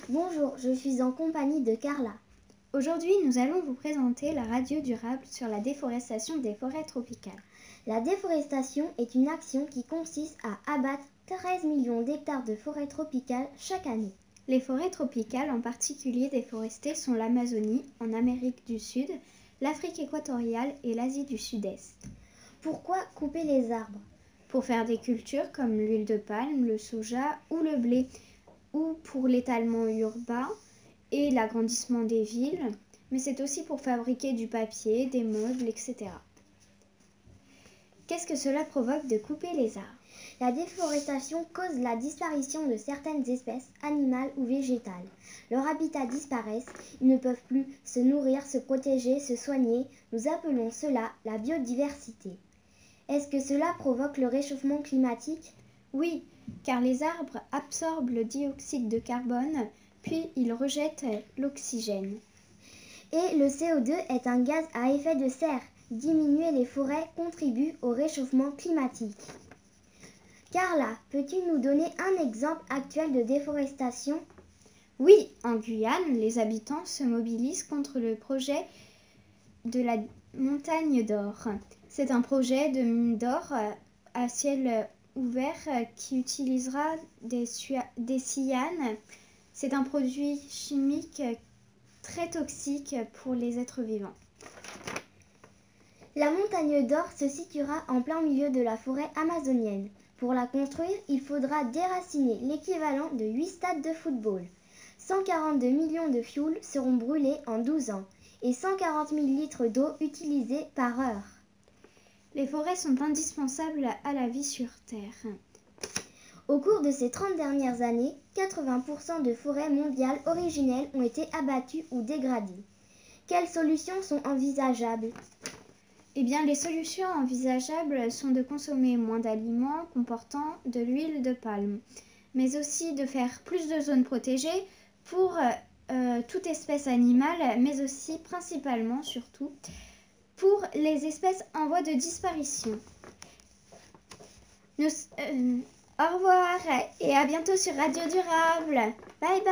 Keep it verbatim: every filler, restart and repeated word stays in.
Bonjour, je suis en compagnie de Carla. Aujourd'hui, nous allons vous présenter la radio durable sur la déforestation des forêts tropicales. La déforestation est une action qui consiste à abattre treize millions d'hectares de forêts tropicales chaque année. Les forêts tropicales, en particulier déforestées, sont l'Amazonie, en Amérique du Sud, l'Afrique équatoriale et l'Asie du Sud-Est. Pourquoi couper les arbres? Pour faire des cultures comme l'huile de palme, le soja ou le blé, ou pour l'étalement urbain et l'agrandissement des villes, mais c'est aussi pour fabriquer du papier, des meubles, et cetera. Qu'est-ce que cela provoque de couper les arbres? La déforestation cause la disparition de certaines espèces animales ou végétales. Leur habitat disparaissent, ils ne peuvent plus se nourrir, se protéger, se soigner. Nous appelons cela la biodiversité. Est-ce que cela provoque le réchauffement climatique? Oui, car les arbres absorbent le dioxyde de carbone, puis ils rejettent l'oxygène. Et le C O deux est un gaz à effet de serre. Diminuer les forêts contribue au réchauffement climatique. Carla, peux-tu nous donner un exemple actuel de déforestation? Oui, en Guyane, les habitants se mobilisent contre le projet de la montagne d'or. C'est un projet de mine d'or à ciel ouvert qui utilisera des, des cyanes. C'est un produit chimique très toxique pour les êtres vivants. La montagne d'or se situera en plein milieu de la forêt amazonienne. Pour la construire, il faudra déraciner l'équivalent de huit stades de football. cent quarante-deux millions de fioul seront brûlés en douze ans et cent quarante mille litres d'eau utilisés par heure. Les forêts sont indispensables à la vie sur Terre. Au cours de ces trente dernières années, quatre-vingts pour cent de forêts mondiales originelles ont été abattues ou dégradées. Quelles solutions sont envisageables ? Eh bien, les solutions envisageables sont de consommer moins d'aliments comportant de l'huile de palme, mais aussi de faire plus de zones protégées pour euh, toute espèce animale, mais aussi principalement, surtout, pour les espèces en voie de disparition. Nous, euh, au revoir et à bientôt sur Radio Durable. Bye bye.